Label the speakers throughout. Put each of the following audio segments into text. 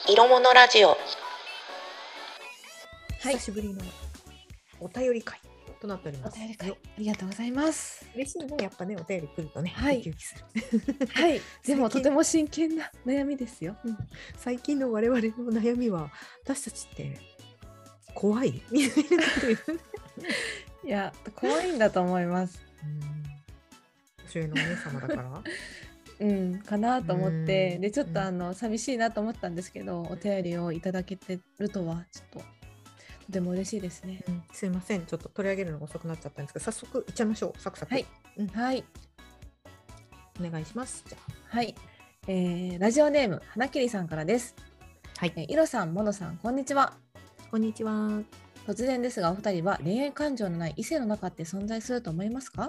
Speaker 1: 色物ラジオ。
Speaker 2: はい、
Speaker 3: 久しぶりのお便り会となっております。
Speaker 2: お便り会ありがとうございます。
Speaker 3: 嬉しいね、やっぱね、お便り来るとね、
Speaker 2: はい、
Speaker 3: ウキウキする。
Speaker 2: はい、でもとても真剣な悩みですよ。
Speaker 3: 最近の我々の悩みは、私たちって怖いみたいなこと言う。
Speaker 2: いや、怖いんだと思います。
Speaker 3: 年上のお姉様だから
Speaker 2: かなと思って、でちょっと寂しいなと思ったんですけど、お便りをいただけてるとはちょっととても嬉しいですね。
Speaker 3: すいません、ちょっと取り上げるのが遅くなっちゃったんですけど、早速いっちゃいましょう。サクサク。
Speaker 2: はい、はい、
Speaker 3: お願いします。じゃ
Speaker 2: あ、はい、ラジオネーム花桐さんからです。
Speaker 3: はい、
Speaker 2: いろさん、ものさん、こんにちは。
Speaker 3: こんにちは。
Speaker 2: 突然ですが、お二人は恋愛感情のない異性の中って存在すると思いますか？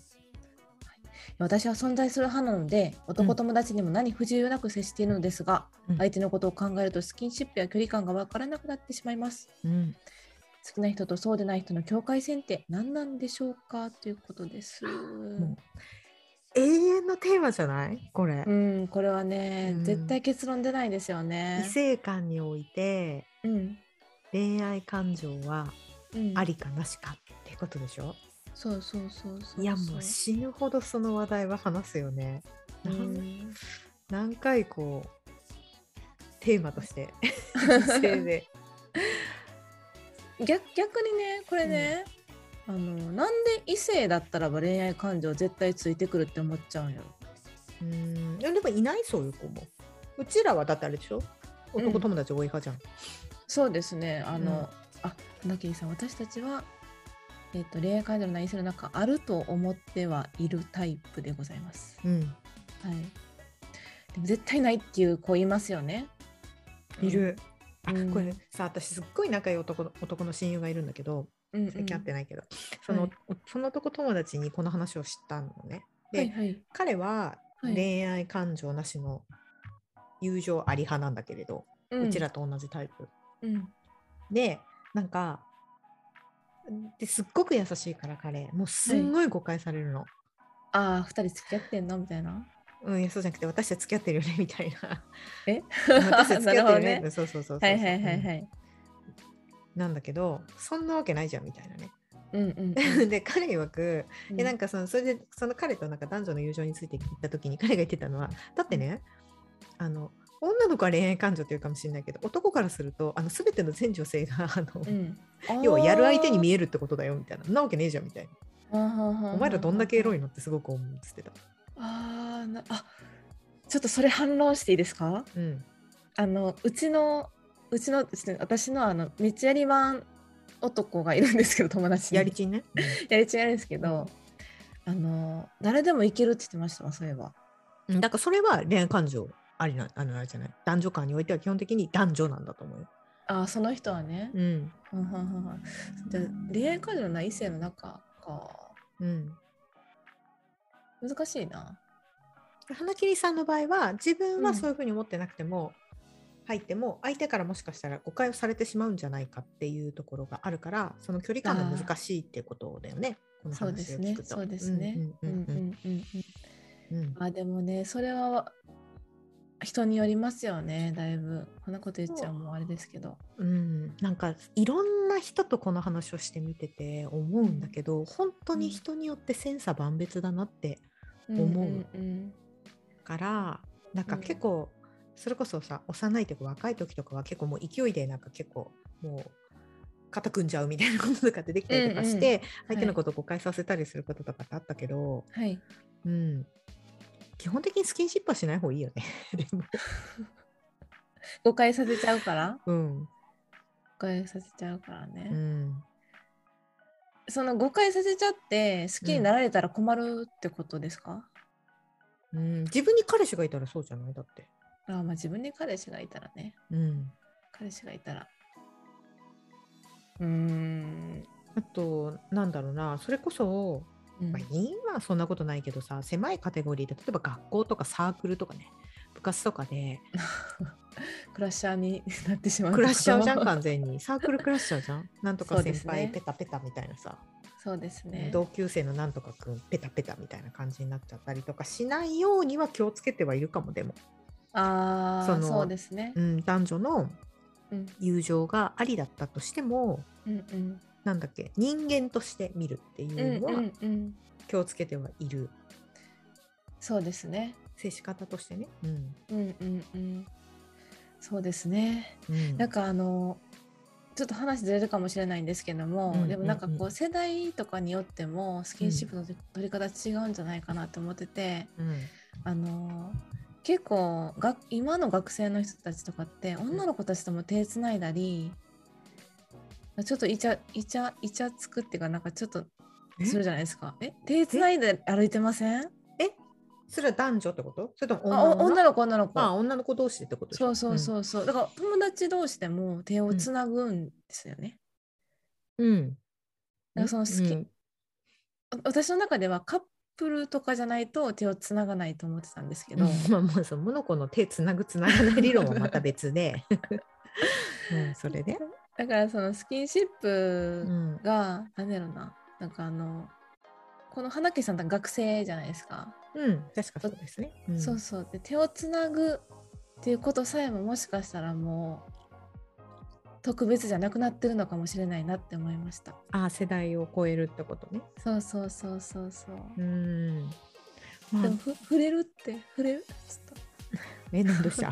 Speaker 2: 私は存在する派なので、男友達にも何不自由なく接しているのですが、相手のことを考えるとスキンシップや距離感が分からなくなってしまいます。好きな人とそうでない人の境界線って何なんでしょうかということです。
Speaker 3: もう永遠のテーマじゃないこれ。
Speaker 2: これはね、絶対結論出ないですよね。
Speaker 3: 異性間において、恋愛感情はありかなしかってことでしょ。
Speaker 2: そう。
Speaker 3: いや、もう死ぬほどその話題は話すよね。何回こうテーマとして人生で
Speaker 2: 逆にね、これね、なんで異性だったらば恋愛感情絶対ついてくるって思っちゃうんやろ。
Speaker 3: いやでもいない、そういう子も。うちらはだってあれでしょ、男友達多い派じゃん。
Speaker 2: そうですね。花桐さん、私たちは恋愛感情のない異性の中あると思ってはいるタイプでございます。はい。でも絶対ないっていう子いますよね。
Speaker 3: いる。これさ、私すっごい仲いい男の親友がいるんだけど、最近会ってないけど、その男友達にこの話をしたのね。で、彼は恋愛感情なしの友情あり派なんだけれど、うちらと同じタイプ。で、なんかですっごく優しいから彼、もうすんごい誤解されるの。
Speaker 2: 2人付き合ってんのみたいな。
Speaker 3: いや、そうじゃなくて、私たち付き合ってるよねみたいな。
Speaker 2: 私
Speaker 3: たち付き合ってるね。そう。
Speaker 2: はい。
Speaker 3: なんだけど、そんなわけないじゃんみたいなね。で、彼曰く、なんかそれでその彼となんか男女の友情について言った時に彼が言ってたのは、だってね、女の子は恋愛感情っていうかもしれないけど、男からすると全ての全女性が要はやる相手に見えるってことだよみたいな。なわけねえじゃんみたいな。お前らどんだけエロいのってすごく思うって言ってた。
Speaker 2: ちょっとそれ反論していいですか？私のめっちゃやりまん男がいるんですけど、友達に
Speaker 3: やりちんね、
Speaker 2: やりちんあるんですけど、誰でもいけるって言ってましたわ、そういえば。
Speaker 3: だからそれは恋愛感情ありな、あれじゃない、男女間においては基本的に男女なんだと思うよ。
Speaker 2: その人はね。じゃあ恋愛感情のない異性の中か。難しいな。
Speaker 3: 花桐さんの場合は自分はそういうふうに思ってなくても、入っても相手からもしかしたら誤解をされてしまうんじゃないかっていうところがあるから、その距離感が難しいっていうことだよね、この話を聞くと。
Speaker 2: そうですね。でもね、それは人によりますよね、だいぶ。こんなこと言っちゃうもんあれですけど。
Speaker 3: なんかいろんな人とこの話をしてみてて思うんだけど、本当に人によって千差万別だなって思うから、なんか結構それこそさ、幼いとか若い時とかは結構もう勢いでなんか結構もう肩組んじゃうみたいなこととかってできたりとかして、相手のことを誤解させたりすることとかってあったけど、基本的にスキンシップはしない方がいいよね。でも
Speaker 2: 誤解させちゃうから、
Speaker 3: 誤
Speaker 2: 解させちゃうからね。その誤解させちゃって好きになられたら困るってことですか？
Speaker 3: 自分に彼氏がいたらそうじゃない？だって
Speaker 2: 自分に彼氏がいたらね。彼氏がいたら
Speaker 3: あとなんだろうな、それこそ、今はそんなことないけどさ、狭いカテゴリーで例えば学校とかサークルとかね、部活とかで
Speaker 2: クラッシャーになってしまう。
Speaker 3: クラッシャーじゃん、完全にサークルクラッシャーじゃん。なんとか先輩ペタペタみたいなさ、
Speaker 2: そうですね、
Speaker 3: 同級生のなんとかくんペタペタみたいな感じになっちゃったりとかしないようには気をつけてはいるかも。でも
Speaker 2: そうですね、
Speaker 3: 男女の友情がありだったとしても、なんだっけ、人間として見るっていうのは気をつけてはいる。
Speaker 2: そうですね。
Speaker 3: 接し方としてね。
Speaker 2: そうですね。なんかちょっと話ずれるかもしれないんですけども、でもなんかこう世代とかによってもスキンシップの取り方違うんじゃないかなと思ってて、結構今の学生の人たちとかって女の子たちとも手つないだり、ちょっとイチャつくっていうか、なんかちょっとするじゃないですか。手つないで歩いてません？
Speaker 3: それは男女ってこと？それとも
Speaker 2: 女の子女
Speaker 3: の子同士ってことでしょ？
Speaker 2: そう、だから友達同士でも手をつなぐんですよね。だからその私の中ではカップルとかじゃないと手をつながないと思ってたんですけど、
Speaker 3: まあもうそのモノコの手つなぐつながない理論はまた別でそれで
Speaker 2: だからそのスキンシップが、なんだろうな、なんかこの花木さんって学生じゃないですか。
Speaker 3: 確かそうですね。
Speaker 2: そうで手をつなぐっていうことさえももしかしたらもう特別じゃなくなってるのかもしれないなって思いました。
Speaker 3: 世代を超えるってことね。
Speaker 2: そう。でも触れるって触れる
Speaker 3: なんでした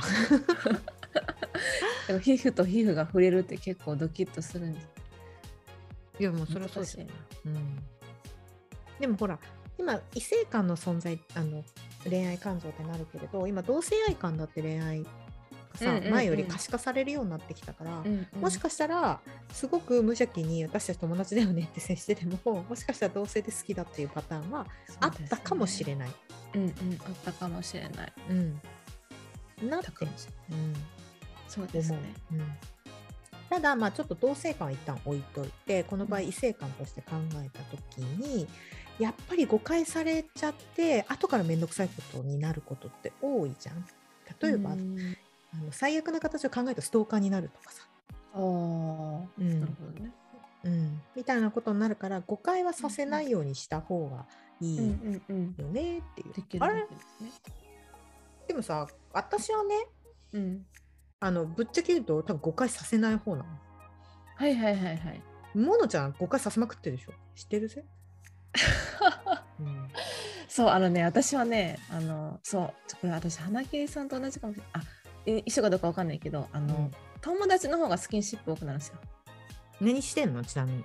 Speaker 2: でも皮膚と皮膚が触れるって結構ドキッとするんです。
Speaker 3: いやもうそれはそうですよね。でもほら今異性間の存在恋愛感情ってなるけれど、今同性愛感だって恋愛前より可視化されるようになってきたから、もしかしたらすごく無邪気に私たち友達だよねって接してても、もしかしたら同性で好きだっていうパターンはあったかもしれない。
Speaker 2: あったかもしれない。
Speaker 3: なって
Speaker 2: そうですね。
Speaker 3: ただちょっと同性間は一旦置いといて、この場合異性間として考えた時に、やっぱり誤解されちゃって後から面倒くさいことになることって多いじゃん。例えば最悪な形を考えるとストーカーになるとかさ、
Speaker 2: なるほどね。
Speaker 3: みたいなことになるから、誤解はさせないようにした方がいいよねっていう。でもさ、私はね、ぶっちゃけ言うと多分誤解させない方なの。モノちゃん誤解させまくってるでしょ。知ってるぜ。
Speaker 2: そう私はねそうこれ私花桐さんと同じかもしれない。一緒かどうかわかんないけど友達の方がスキンシップ多くなるんですよ。
Speaker 3: 何してんのちなみに。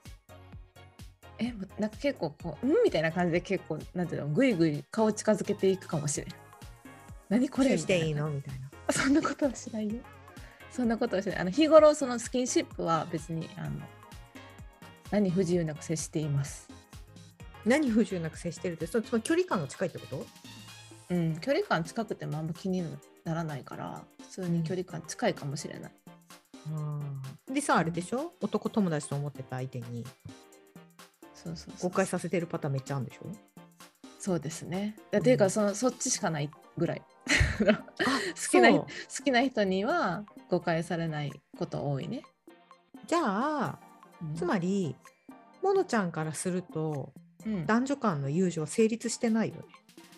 Speaker 2: なんか結構こうみたいな感じで結構なんていうのぐいぐい顔近づけていくかもしれん。何これ
Speaker 3: していいのみたいな。
Speaker 2: そんなことはしないよ。そんなことはしない。日頃そのスキンシップは別に何不自由なく接しています。
Speaker 3: 何不自由なく接してるって、その距離感が近いってこと？
Speaker 2: 距離感近くてもあんま気にならないから普通に距離感近いかもしれない。
Speaker 3: でさ、あれでしょ、男友達と思ってた相手に誤解させてるパターンめっちゃあるんでしょ。
Speaker 2: そうですね。っていうかそっちしかないぐらい好きな人には誤解されないこと多いね。
Speaker 3: じゃあ、つまりモノちゃんからすると、男女間の友情は成立してないよね。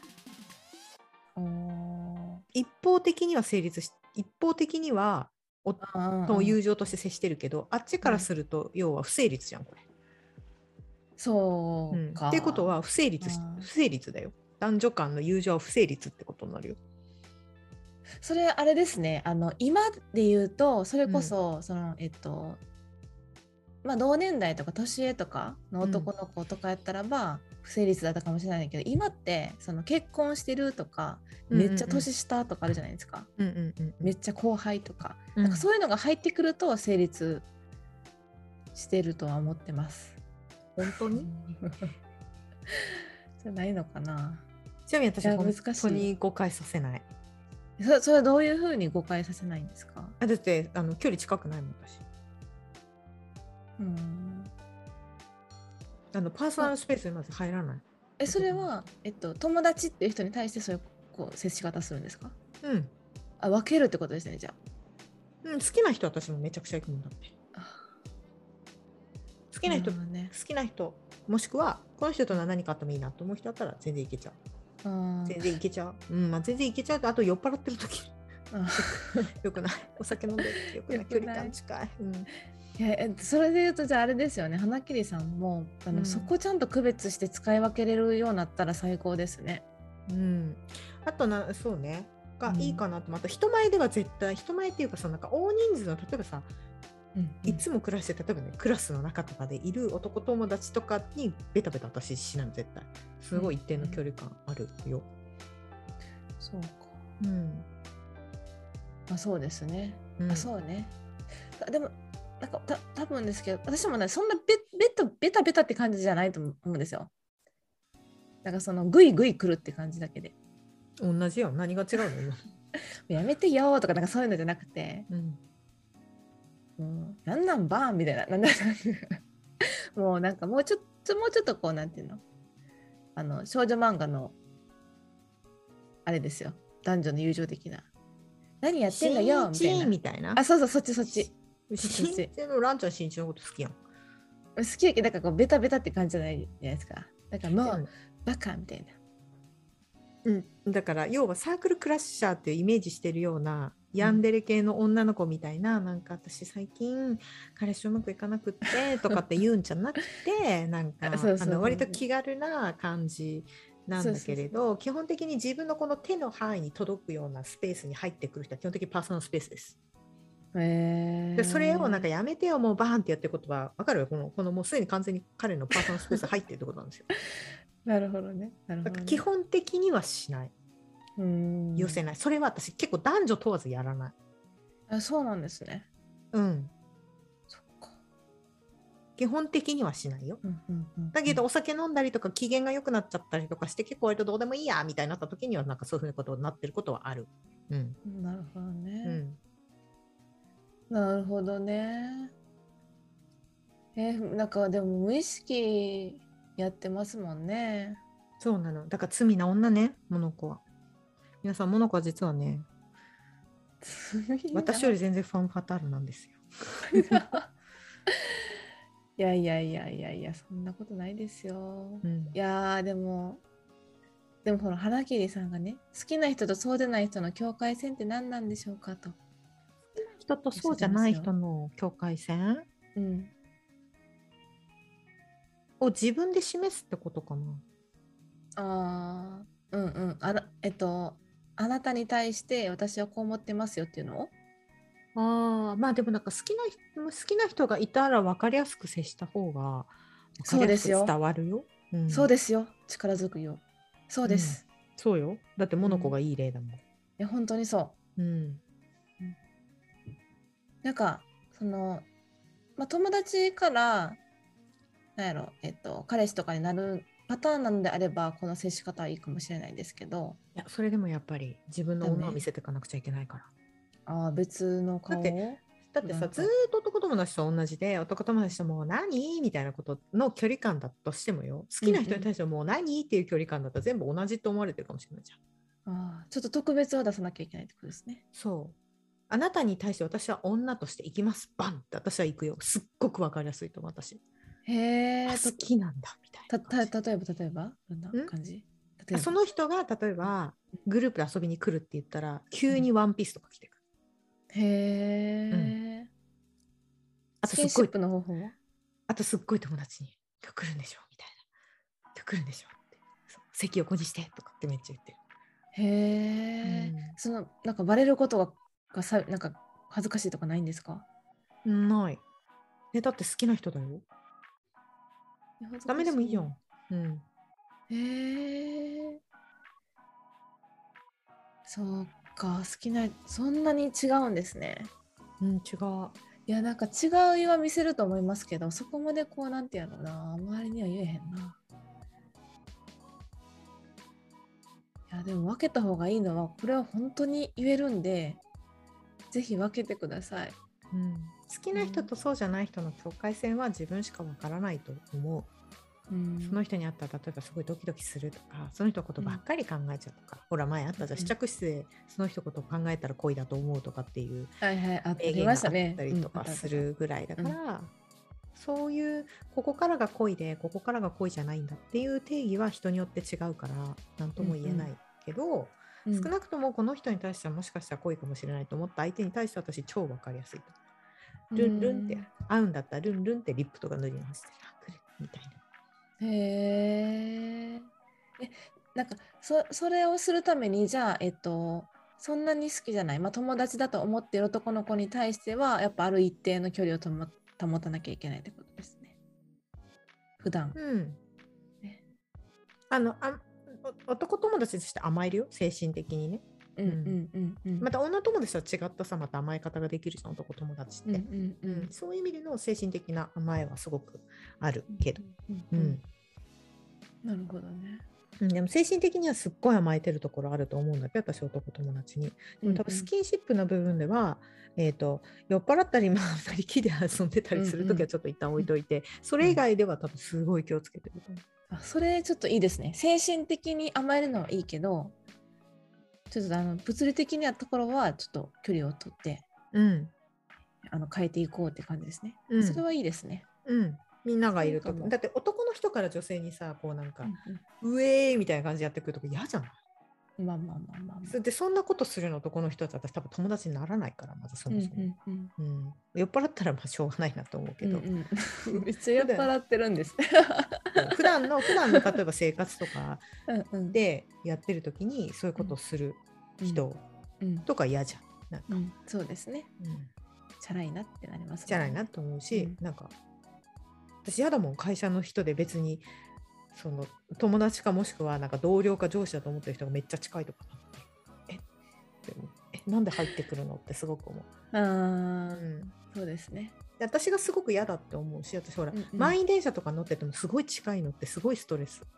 Speaker 3: 一方的には一方的には友情として接してるけど、あっちからすると要は不成立じゃんこれ。
Speaker 2: そうか。
Speaker 3: っていうことは不成立だよ。男女間の友情は不成立ってことになるよ。
Speaker 2: それあれですね。今で言うとそれこそ、同年代とか年上とかの男の子とかやったらば不成立だったかもしれないけど、今ってその結婚してるとか、めっちゃ年下とかあるじゃないですか。めっちゃ後輩とか、なんかそういうのが入ってくると成立してるとは思ってます。
Speaker 3: 本当に
Speaker 2: じゃないのかな。
Speaker 3: ちなみに私は本当に誤解させない。
Speaker 2: それはどういうふうに誤解させないんですか？
Speaker 3: だって距離近くないもん私。パーソナルスペースにまず入らない。
Speaker 2: それは、友達っていう人に対してそういうこう接し方するんですか？分けるってことですね。じゃ
Speaker 3: あ、好きな人は私もめちゃくちゃ行くもんだって。好きな人もしくはこの人と何かあってもいいなと思う人だったら全然いけちゃう。 全然いけちゃう。まあ、全然いけちゃうと、あと酔っ払ってる時よくない。お酒飲んでるよくない。距離感近い。
Speaker 2: いやそれで言うと、じゃああれですよね、花桐さんもそこちゃんと区別して使い分けれるようになったら最高ですね。
Speaker 3: あとそうねがいいかなと。また人前では絶対、人前っていうかなんか大人数の、例えばさ、いつも暮らして、例えばね、クラスの中とかでいる男友達とかにベタベタ私しないの、絶対。すごい一定の距離感あるよ。
Speaker 2: そうか。まあそうですね。そうね。でもなんか多分ですけど、私もね、そんなベタベタって感じじゃないと思うんですよ。なんかグイグイ来るって感じだけで。
Speaker 3: 同じよ。何が違うの
Speaker 2: やめてよとか、なんかそういうのじゃなくて、なんなんバーンみたいな。もうなんかもうちょっとこう、なんていうの、少女漫画のあれですよ。男女の友情的な。何やってんだよみたいな。そうそう、そっち。
Speaker 3: ランちゃん新一のこと好きやん。
Speaker 2: 好きやけど、だからこうベタベタって感じじゃないじゃないですか。だからもうバカみたい
Speaker 3: な。だから要はサークルクラッシャーっていうイメージしてるようなヤンデレ系の女の子みたいな、なんか私最近彼氏うまくいかなくってとかって言うんじゃなくてなんか割と気軽な感じなんだけれど、基本的に自分のこの手の範囲に届くようなスペースに入ってくる人は基本的にパーソナルスペースです。でそれをなんかやめてよもうバーンってやってることは分かるよ。このもうすでに完全に彼のパーソナルスペース入ってるってことなんですよ。
Speaker 2: なるほどね。
Speaker 3: 基本的にはしない。寄せない。それは私結構男女問わずやらない。
Speaker 2: そうなんですね。
Speaker 3: そっか。基本的にはしないよ。だけどお酒飲んだりとか機嫌が良くなっちゃったりとかして結構割とどうでもいいやみたいになった時にはなんかそういうふうなことになってることはある。
Speaker 2: なるほどね。なるほどね。なんかでも無意識やってますもんね。
Speaker 3: そうなの。だから罪な女ね、モノコは。皆さん、モノコは実はね、私より全然ファンファタールなんですよ。
Speaker 2: いや、そんなことないですよ。いやでもほら、花桐さんがね、好きな人とそうでない人の境界線って何なんでしょうかと。
Speaker 3: 人とそうじゃない人の境界線、を自分で示すってことかな。
Speaker 2: あなたに対して私はこう思ってますよっていうのを。
Speaker 3: まあでもなんか好きな人がいたら分かりやすく接した方が分かりやすく伝わるよ。
Speaker 2: そうですよ。力強くよ。そうです。
Speaker 3: そうよ。だってモノコがいい例だもん。い
Speaker 2: や本当にそう。なんか友達からなんやろ彼氏とかになるパターンなのであればこの接し方はいいかもしれないですけど、
Speaker 3: いやそれでもやっぱり自分の女を見せていかなくちゃいけないから。
Speaker 2: 別の顔
Speaker 3: だってさ、ずっと男友達と同じで男友達ともう何みたいなことの距離感だとしてもよ、好きな人に対してはもう何っていう距離感だったら全部同じと思われてるかもしれないじゃん。
Speaker 2: ちょっと特別は出さなきゃいけないってことですね。
Speaker 3: そう。あなたに対して私は女として行きますバンって私は行くよ。すっごく分かりやすいと思う私。好きなんだみたいな。
Speaker 2: 例えばどんな感じ？
Speaker 3: その人が例えばグループで遊びに来るって言ったら急にワンピースとか着てくる。あとすっごいあとすっごい友達に今日来るんでしょみたいな。今日来るんでしょって席横にしてとかってめっちゃ言って
Speaker 2: る。なんかバレることがなんか恥ずかしいとかないんですか？
Speaker 3: ない。だって好きな人だよ。ダメでもいいよ。
Speaker 2: そうか、好きなそんなに違うんですね。
Speaker 3: 違う。
Speaker 2: いやなんか違う意は見せると思いますけど、そこまでこうなんてやろうな、周りには言えへんな。いやでも分けた方がいいのはこれは本当に言えるんで、ぜひ分けてください。
Speaker 3: 好きな人とそうじゃない人の境界線は自分しか分からないと思う。その人に会ったら例えばすごいドキドキするとか、その人のことばっかり考えちゃうとか、ほら前あったじゃん、試着室でその人のことを考えたら恋だと思うとかっていう名言があったりとかするぐらいだから、 そういうここからが恋でここからが恋じゃないんだっていう定義は人によって違うから何とも言えないけど、少なくともこの人に対してはもしかしたら恋かもしれないと思った相手に対して私超分かりやすいと。ルンルンって合うんだったらルンルンってリップとか塗り直してくれみたいな。
Speaker 2: へえ。なんかそれをするためにじゃあそんなに好きじゃない、友達だと思っている男の子に対してはやっぱある一定の距離を保たなきゃいけないってことですね。普段。
Speaker 3: ね、男友達として甘えるよ、精神的にね。また女友達とは違ったさ、また甘え方ができるじゃん、男友達って。そういう意味での精神的な甘えはすごくあるけど。
Speaker 2: なるほどね。
Speaker 3: でも精神的にはすっごい甘えてるところあると思うんだけど、私男友達に。でも多分スキンシップの部分では、酔っ払ったり、あんまり木で遊んでたりするときはちょっと一旦置いといて、それ以外では多分すごい気をつけてると思う。
Speaker 2: それちょっといいですね。精神的に甘えるのはいいけど、ちょっと物理的なところはちょっと距離を取って、変えていこうって感じですね。それはいいですね。
Speaker 3: みんながいるとだって男の人から女性にさこうなんか、うえーみたいな感じでやってくると嫌じゃない。そんなことするの男の人だったら私多分友達にならないからまずそもそも。酔っ払ったらしょうがないなと思うけど、
Speaker 2: めっちゃ酔っ払ってるんです。
Speaker 3: 普段の例えば生活とかでやってる時にそういうことをする人とか嫌じゃん。なんか
Speaker 2: そうですね。チャラいなってなりますね。
Speaker 3: チャラいなと思うし、なんか私嫌だもん、会社の人で別にその友達かもしくはなんか同僚か上司だと思ってる人がめっちゃ近いとかなんで入ってくるのってすごく思う。
Speaker 2: そうですね。
Speaker 3: で私がすごく嫌だって思うし、私ほら、満員電車とか乗っててもすごい近いのってすごいストレス。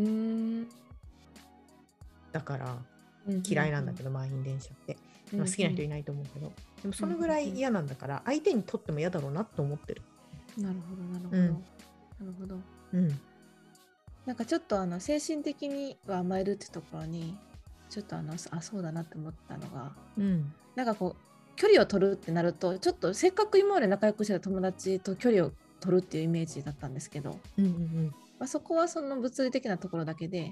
Speaker 3: だから嫌いなんだけど、満員電車って、好きな人いないと思うけど、でもそのぐらい嫌なんだから相手にとっても嫌だろうなと思ってる。
Speaker 2: なるほどなるほど。なんかちょっと精神的には甘えるってところにちょっとそうだなって思ったのが、なんかこう距離を取るってなるとちょっとせっかく今まで仲良くしてた友達と距離を取るっていうイメージだったんですけど、そこはその物理的なところだけで、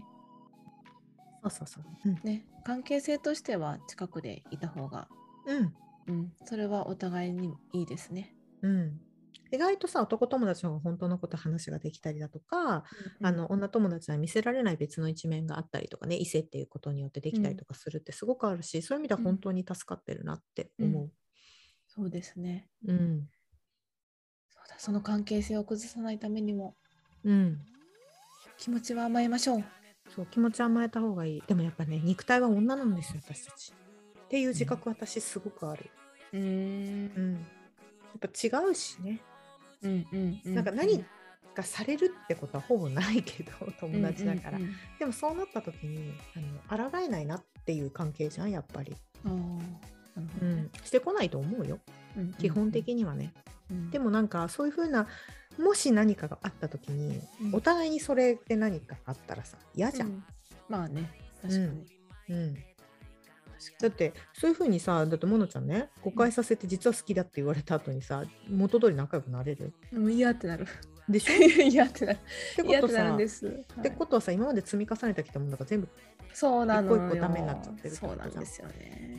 Speaker 2: 関係性としては近くでいた方が、それはお互いにいいですね。
Speaker 3: 意外とさ男友達の方が本当のこと話ができたりだとか、女友達は見せられない別の一面があったりとかね、異性っていうことによってできたりとかするってすごくあるし、そういう意味では本当に助かってるなって思う。
Speaker 2: そうですね。そうだ、その関係性を崩さないためにも、気持ちは甘えましょう。
Speaker 3: そう気持ちは甘えた方がいい。でもやっぱね、肉体は女なんですよ私たちっていう自覚私すごくある。やっぱ違うしね。なんか何かされるってことはほぼないけど友達だから、でもそうなった時に抗えないなっていう関係じゃんやっぱり。してこないと思うよ、基本的にはね。でもなんかそういう風なもし何かがあった時に、お互いにそれで何かあったらさ嫌じゃん。
Speaker 2: まあね、確かに。
Speaker 3: だってそういう風にさ、だってモノちゃんね誤解させて実は好きだって言われた後にさ元通り仲良くなれる？
Speaker 2: 嫌ってなる
Speaker 3: でしょ？
Speaker 2: 嫌ってなる。
Speaker 3: ってことはさ、今まで積み重ねてきたものが全部
Speaker 2: そうなのよ。
Speaker 3: 一個一個ダメになっちゃってるってことじゃん。
Speaker 2: そうなんですよね。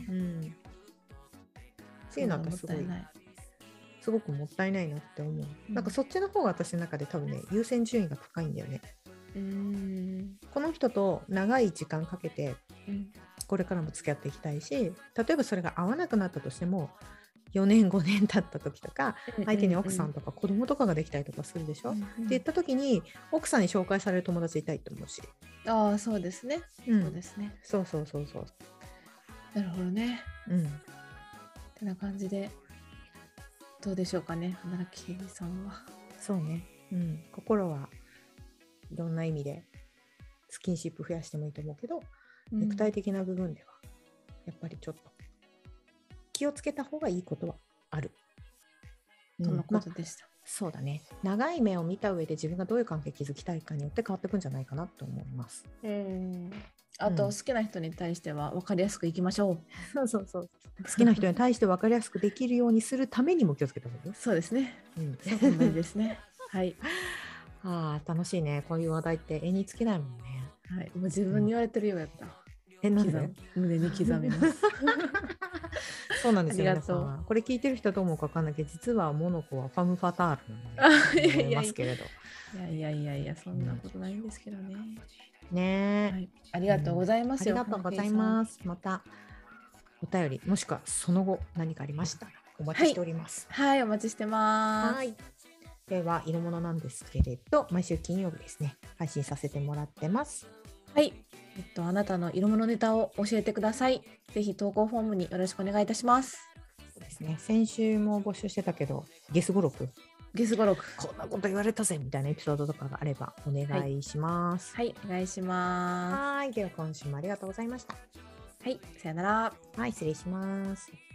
Speaker 3: っていうのはすごくもったいないなって思う。なんかそっちの方が私の中で多分ね優先順位が高いんだよね。この人と長い時間かけてこれからも付き合っていきたいし、例えばそれが合わなくなったとしても4年5年経った時とか相手に奥さんとか子供とかができたりとかするでしょ、って言った時に奥さんに紹介される友達いたいと思うし。
Speaker 2: そうですね。そうですね。
Speaker 3: そう
Speaker 2: なるほどね。ってな感じでどうでしょうかね、花木さんは。
Speaker 3: そうね、心はいろんな意味でスキンシップ増やしてもいいと思うけど、肉体的な部分ではやっぱりちょっと気をつけた方がいいことはある
Speaker 2: とのことでした。
Speaker 3: そうだね、長い目を見た上で自分がどういう関係築きたいかによって変わってくんじゃないかなと思います。
Speaker 2: あと、好きな人に対しては分かりやすくいきましょう。
Speaker 3: そうそうそう。好きな人に対して分かりやすくできるようにするためにも気をつけた方がいいよ。
Speaker 2: そうですね。そこまでですね。はい。
Speaker 3: 楽しいね。こういう話題って絵につけないもんね。
Speaker 2: はい。もう自分に言われてるようやった。
Speaker 3: なんで？
Speaker 2: 胸に刻みます。
Speaker 3: そうなんですよ。皆さん、これ聞いてる人どう思うか分かんないけど、実はモノコはファムファタールなんで思いますけれど。
Speaker 2: いや、そんなことないんですけどね。
Speaker 3: ね、
Speaker 2: はい、ありがとうございます。
Speaker 3: ありがとうございます。またお便りもしくはその後何かありましたらお待ちしております。
Speaker 2: はい、お待ちしてます。
Speaker 3: はい。では色物なんですけれど、毎週金曜日ですね、配信させてもらってます。
Speaker 2: はい。あなたの色物ネタを教えてください。ぜひ投稿フォームによろしくお願いいたします。
Speaker 3: そうですね。先週も募集してたけど、ゲス語録。こんなこと言われたぜみたいなエピソードとかがあればお願いします。
Speaker 2: はい、お願いします。
Speaker 3: はい。では今週もありがとうございました。
Speaker 2: はい、さよなら。
Speaker 3: はい、失礼します。